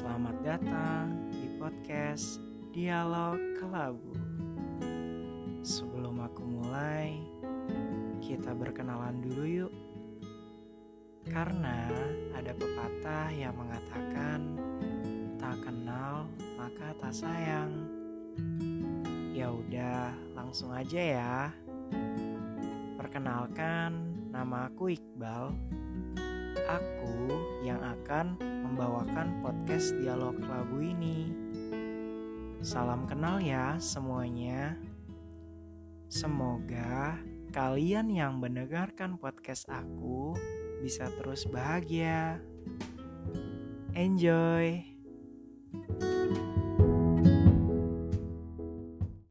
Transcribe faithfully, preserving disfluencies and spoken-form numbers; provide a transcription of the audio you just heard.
Selamat datang di podcast Dialog Kelabu. Sebelum aku mulai, kita berkenalan dulu yuk. Karena ada pepatah yang mengatakan tak kenal maka tak sayang. Ya udah, langsung aja ya. Perkenalkan, nama aku Iqbal. Aku yang akan membawakan podcast Dialog Kelabu ini. Salam kenal ya semuanya. Semoga kalian yang mendengarkan podcast aku bisa terus bahagia. Enjoy.